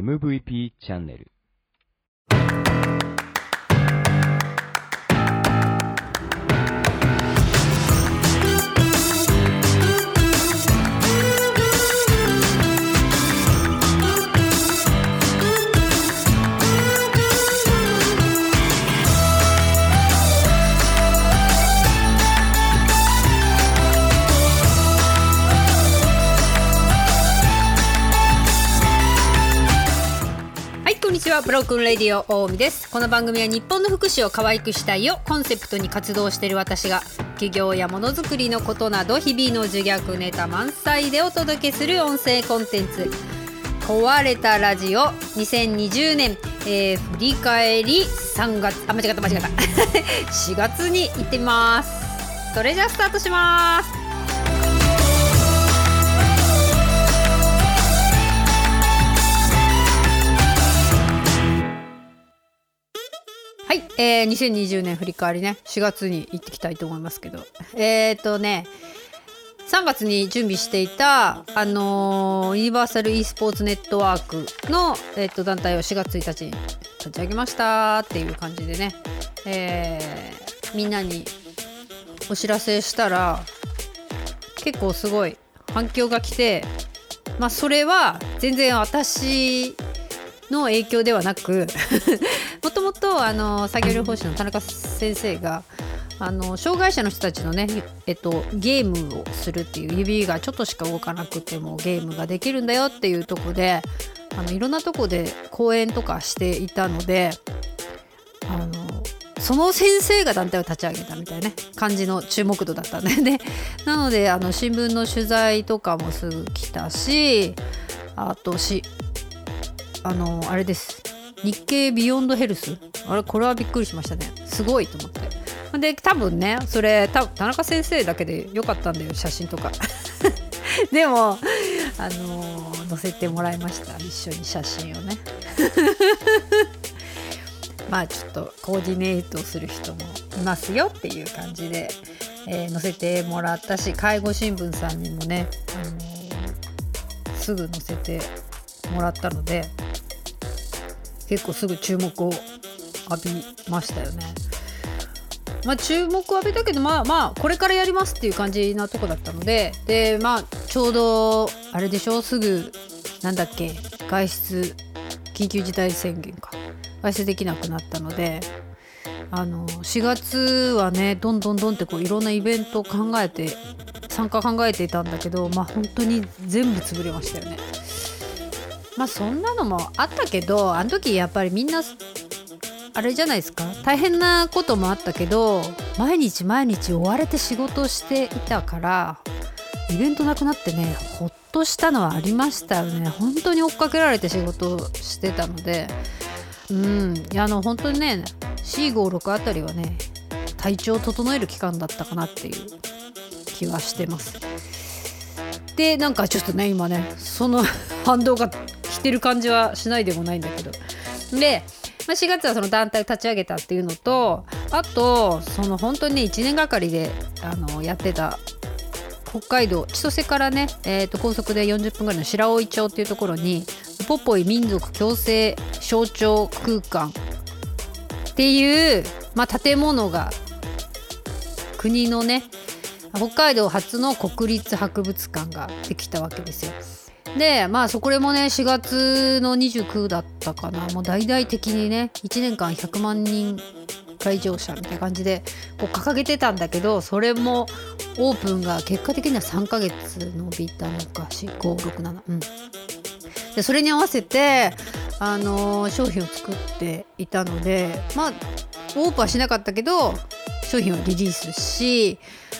MVP チャンネル。 ブロークンレディオ大海です。この番組は日本の福祉を可愛くしたいをコンセプトに活動している私が企業やものづくりのことなど日々の自虐ネタ満載でお届けする音声コンテンツ壊れたラジオ2020年、振り返り3月間違った4月に行ってみます。それじゃあスタートします。はい、2020年振り返りね4月に行ってきたいと思いますけど3月に準備していたユニバーサル e スポーツネットワークの、団体を4月1日に立ち上げましたっていう感じでね、みんなにお知らせしたら結構すごい反響が来て、それは全然私の影響ではなくもともと作業療法士の田中先生が障害者の人たちのね、ゲームをするっていう指がちょっとしか動かなくてもゲームができるんだよっていうとこでいろんなとこで講演とかしていたのでその先生が団体を立ち上げたみたいな、ね、感じの注目度だったんで、なので新聞の取材とかもすぐ来たしあとあれです日経ビヨンドヘルスこれはびっくりしましたね。すごいと思ってで多分ねそれ田中先生だけでよかったんだよ写真とかでも載せてもらいました。一緒に写真をねちょっとコーディネートする人もいますよっていう感じで、載せてもらったし介護新聞さんにもね、すぐ載せてもらったので結構すぐ注目を浴びましたよね。注目を浴びたけどこれからやりますっていう感じなとこだったのでちょうどあれでしょすぐ外出緊急事態宣言か外出できなくなったので4月はねどんどんっていろんなイベントを参加考えていたんだけど本当に全部潰れましたよね。そんなのもあったけどあの時やっぱりみんなあれじゃないですか大変なこともあったけど毎日追われて仕事をしていたからイベントなくなってねほっとしたのはありましたよね。本当に追っかけられて仕事をしてたので本当にね 4,5,6 あたりはね体調を整える期間だったかなっていう気はしてます。でちょっとね今ねその反動が来てる感じはしないでもないんだけどで、4月はその団体を立ち上げたっていうのとあと本当にね1年がかりでやってた北海道千歳からね、高速で40分ぐらいの白老町っていうところにポポイ民族共生象徴空間っていう、建物が国のね北海道初の国立博物館ができたわけですよ。でそこでもね4月の29だったかな大々的にね1年間100万人来場者みたいな感じで掲げてたんだけどそれもオープンが結果的には3ヶ月伸びたのか4567でそれに合わせて商品を作っていたのでオープンはしなかったけど商品はリリースし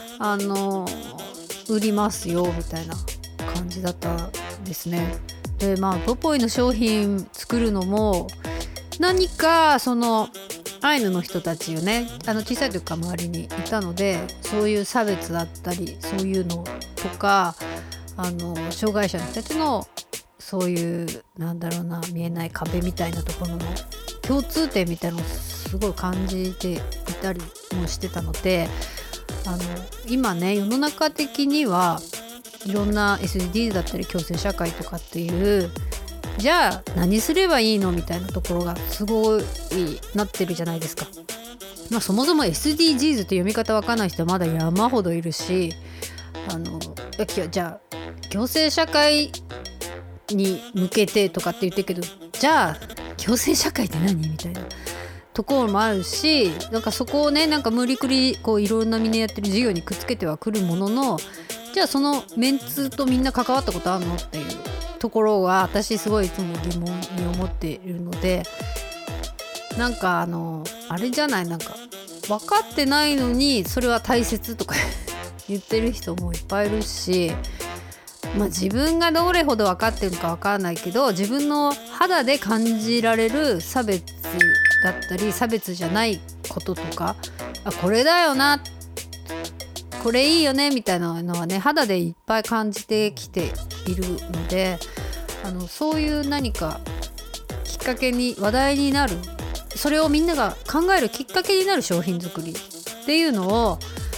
売りますよみたいな感じだったんですね。でポポイの商品作るのも何かアイヌの人たちをね小さい時から周りにいたのでそういう差別だったりそういうのとか障害者の人たちのそういう見えない壁みたいなところの共通点みたいなのをすごい感じていたりもしてたので今ね世の中的にはいろんな SDGs だったり共生社会とかっていうじゃあ何すればいいのみたいなところがすごいなってるじゃないですか。そもそも SDGs って読み方わかんない人はまだ山ほどいるし、じゃあ行政社会に向けてとかって言ってるけど、じゃあ行政社会って何みたいなところもあるし、なんかそこをね、なんか無理くりこういろんなみんなやってる授業にくっつけてはくるものの、じゃあそのメンツとみんな関わったことあるのっていうところは私すごいいつも疑問に思っているので、なんかあれじゃない、なんか分かってないのにそれは大切とか言ってる人もいっぱいいるし、自分がどれほど分かってるのか分からないけど、自分の肌で感じられる差別だったり差別じゃないこととか、これだよな、これいいよねみたいなのはね、肌でいっぱい感じてきているので、そういう何かきっかけに話題になる、それをみんなが考えるきっかけになる商品作りっていうのを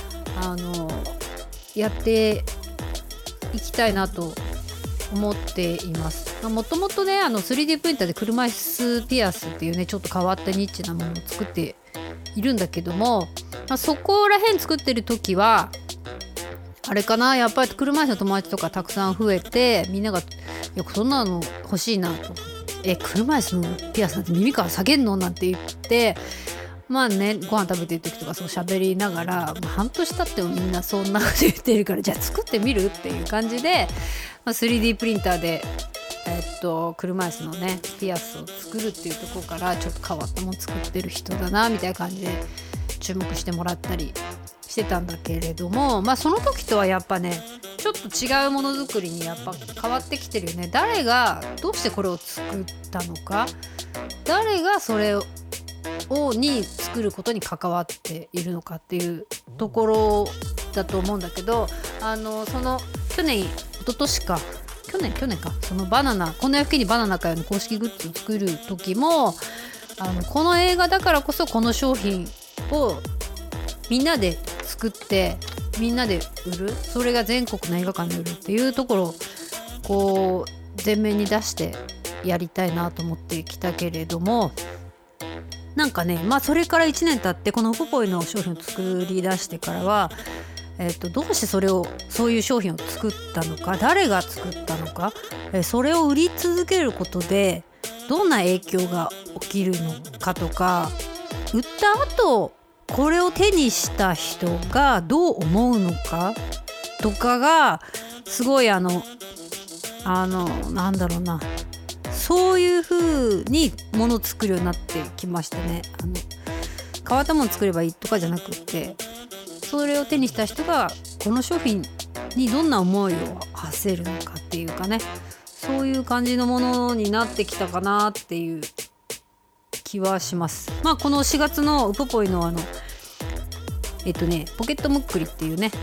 やっていきたいなと思っています。もともとね3D プリンターで車椅子ピアスっていうねちょっと変わったニッチなものを作っているんだけども、そこら辺作ってる時はあれかな、やっぱり車椅子の友達とかたくさん増えて、みんながいやそんなの欲しいなと、車椅子のピアスなんて耳から下げんのなんて言って、ご飯食べてる時とかそう喋りながら、半年経ってもみんなそんなこと言ってるから、じゃあ作ってみるっていう感じで、3D プリンターで車椅子のねピアスを作るっていうところからちょっと変わったもの作ってる人だなみたいな感じで注目してもらったりしてたんだけれども、その時とはやっぱねちょっと違うものづくりにやっぱ変わってきてるよね。誰がどうしてこれを作ったのか、誰がそれに作ることに関わっているのかっていうところだと思うんだけど、その去年か、そのバナナ、この夜更けにバナナ会の公式グッズを作る時もこの映画だからこそこの商品をみんなで作ってみんなで売る、それが全国の映画館で売るっていうところをこう前面に出してやりたいなと思ってきたけれども、なんかねそれから1年経ってこのウポポイの商品を作り出してからはどうしてそういう商品を作ったのか、誰が作ったのか、それを売り続けることでどんな影響が起きるのかとか、売った後これを手にした人がどう思うのかとかがすごいなんだろうな、そういう風にものを作るようになってきましたね。変わったもの作ればいいとかじゃなくって、それを手にした人がこの商品にどんな思いを馳せるのかっていうかね、そういう感じのものになってきたかなっていう気はします。この4月のウポポイのポケットムックリっていうね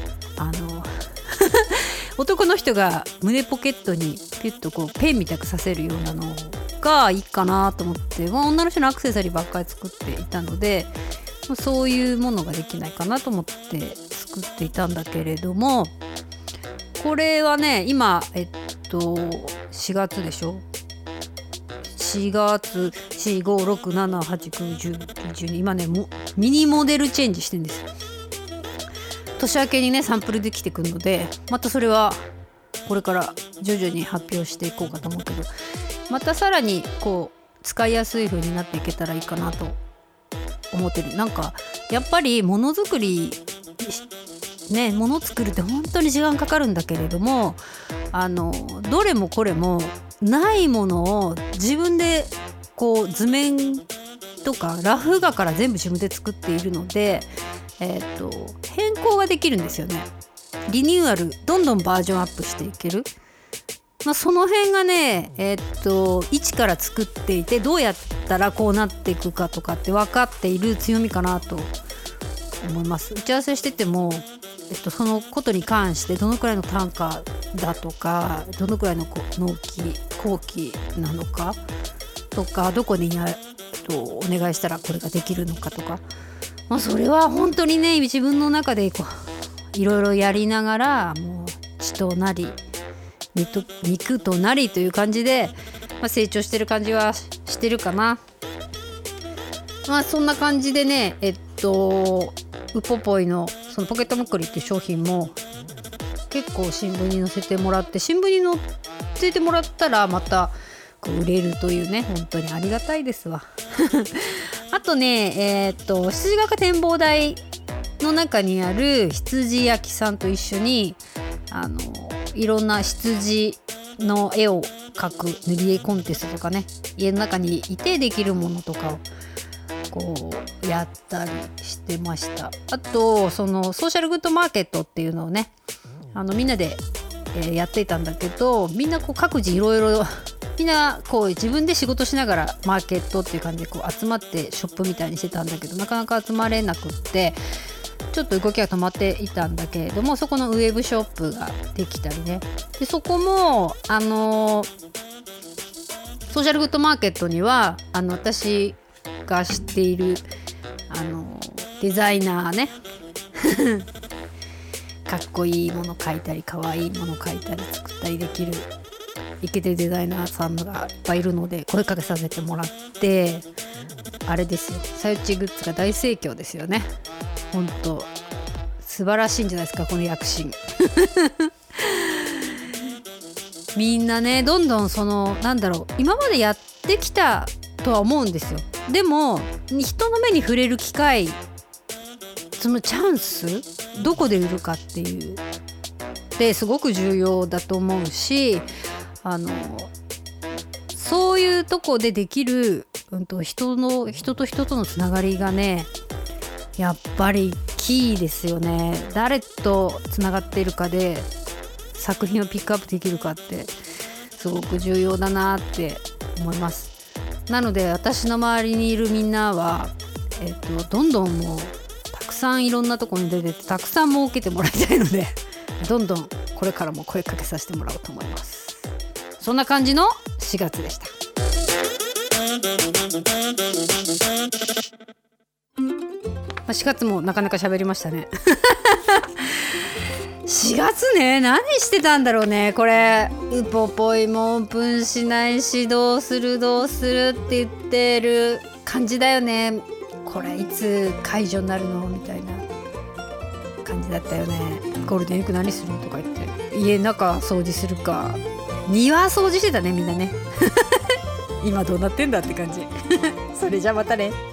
男の人が胸ポケットにピュッとこうペンみたくさせるようなのがいいかなと思って、女の人のアクセサリーばっかり作っていたので、そういうものができないかなと思って作っていたんだけれども、これはね今4月でしょ、4月4、5、6、7、8、9、10、12、今ねミニモデルチェンジしてるんですよ。年明けにねサンプルできてくるので、またそれはこれから徐々に発表していこうかと思うけど、またさらにこう使いやすい風になっていけたらいいかなと思ってる。なんかやっぱりものづくりね、もの作るって本当に時間かかるんだけれども、どれもこれもないものを自分でこう図面とかラフ画から全部自分で作っているので、変更ができるんですよね。リニューアルどんどんバージョンアップしていける、その辺がね一から作っていてどうやったらこうなっていくかとかって分かっている強みかなと思います。打ち合わせしてても、そのことに関してどのくらいの単価だとか、どのくらいの後期なのかとか、どこにお願いしたらこれができるのかとか、それは本当にね自分の中でいろいろやりながら、もう血となり肉となりという感じで成長してる感じはしてるかな。そんな感じでね、ウポポイのそのポケットむっくりっていう商品も結構新聞に載せてもらって、新聞に載せてもらったらまたこう売れるというね、本当にありがたいですわあとね、羊ヶ丘展望台の中にある羊焼きさんと一緒にいろんな羊の絵を描く塗り絵コンテストとかね、家の中にいてできるものとかをこうやったりしてました。あとそのソーシャルグッドマーケットっていうのをね、みんなで、やっていたんだけど、みんなこう各自いろいろみんなこう自分で仕事しながらマーケットっていう感じでこう集まってショップみたいにしてたんだけど、なかなか集まれなくってちょっと動きが止まっていたんだけれども、そこのウェブショップができたりね。でそこもソーシャルグッドマーケットには私が知っているデザイナーねかっこいいもの描いたりかわいいもの描いたり作ったりできるイケてるデザイナーさんがいっぱいいるので声かけさせてもらって、あれですよ、さゆちグッズが大盛況ですよね。ほんと素晴らしいんじゃないですか、この躍進みんなね、どんどん今までやってきたとは思うんですよ。でも人の目に触れる機会、そのチャンスどこで売るかっていうですごく重要だと思うし、そういうとこでできる、人と人とのつながりがね、やっぱりキーですよね。誰とつながっているかで作品をピックアップできるかってすごく重要だなって思います。なので私の周りにいるみんなは、どんどんもうたくさんいろんなとこに出てたくさん儲けてもらいたいのでどんどんこれからも声かけさせてもらおうと思います。そんな感じの4月でした。4月もなかなか喋りましたね4月ね、何してたんだろうね。これウポポイもオープンしないし、どうするって言ってる感じだよね。これいつ解除になるのみたいな感じだったよね。ゴールデンウィーク何するとか言って家の中掃除するか、庭掃除してたねみんなね今どうなってんだって感じそれじゃまたね。